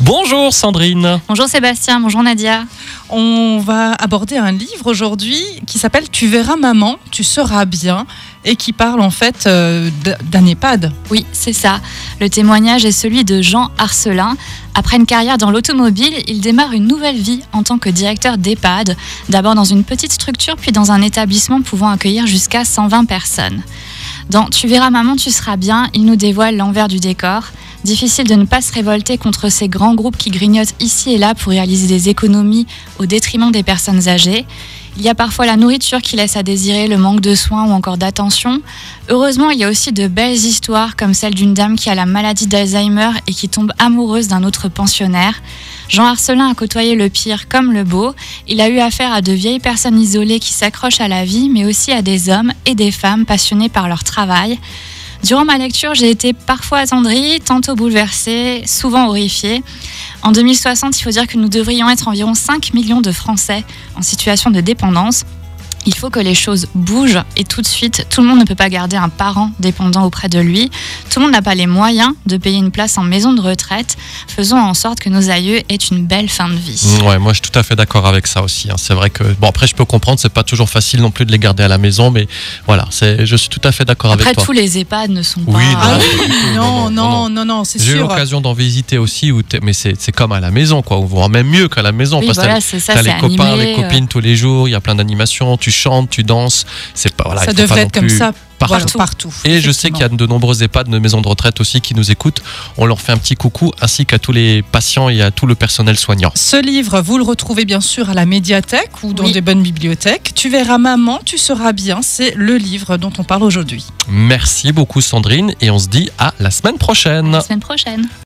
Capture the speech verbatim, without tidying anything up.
Bonjour Sandrine. Bonjour Sébastien, bonjour Nadia. On va aborder un livre aujourd'hui qui s'appelle « Tu verras maman, tu seras bien » et qui parle en fait euh, d'un EHPAD. Oui, c'est ça. Le témoignage est celui de Jean Arcelin. Après une carrière dans l'automobile, il démarre une nouvelle vie en tant que directeur d'EHPAD, d'abord dans une petite structure, puis dans un établissement pouvant accueillir jusqu'à cent vingt personnes. Dans « Tu verras maman, tu seras bien », il nous dévoile l'envers du décor. Difficile de ne pas se révolter contre ces grands groupes qui grignotent ici et là pour réaliser des économies au détriment des personnes âgées. Il y a parfois la nourriture qui laisse à désirer, le manque de soins ou encore d'attention. Heureusement, il y a aussi de belles histoires comme celle d'une dame qui a la maladie d'Alzheimer et qui tombe amoureuse d'un autre pensionnaire. Jean Arcelin a côtoyé le pire comme le beau. Il a eu affaire à de vieilles personnes isolées qui s'accrochent à la vie, mais aussi à des hommes et des femmes passionnés par leur travail. Durant ma lecture, j'ai été parfois attendrie, tantôt bouleversée, souvent horrifiée. En deux mille soixante, il faut dire que nous devrions être environ cinq millions de Français en situation de dépendance. Il faut que les choses bougent et tout de suite, tout le monde ne peut pas garder un parent dépendant auprès de lui. Tout le monde n'a pas les moyens de payer une place en maison de retraite. Faisons en sorte que nos aïeux aient une belle fin de vie. Ouais, moi je suis tout à fait d'accord avec ça aussi. Hein. C'est vrai que, bon après je peux comprendre, c'est pas toujours facile non plus de les garder à la maison, mais voilà, c'est, je suis tout à fait d'accord Après, avec toi. tous les EHPAD ne sont Oui, pas... non, Ah, non, non, non, non, c'est sûr. J'ai eu l'occasion d'en visiter aussi, où mais c'est, c'est comme à la maison, quoi, ou voire même mieux qu'à la maison. Oui, parce que voilà, t'as, c'est ça, t'as c'est les copains, animé, les copines euh... tous les jours, il y a plein d'animations, tu chantes, tu danses. C'est pas, voilà, ça il faut devrait pas être non comme plus ça partout. Voilà, partout. Et je sais qu'il y a de nombreux EHPAD, de maisons de retraite aussi qui nous écoutent. On leur fait un petit coucou, ainsi qu'à tous les patients et à tout le personnel soignant. Ce livre, vous le retrouvez bien sûr à la médiathèque ou dans oui. des bonnes bibliothèques. Tu verras maman, tu seras bien. C'est le livre dont on parle aujourd'hui. Merci beaucoup Sandrine et on se dit à la semaine prochaine. La semaine prochaine.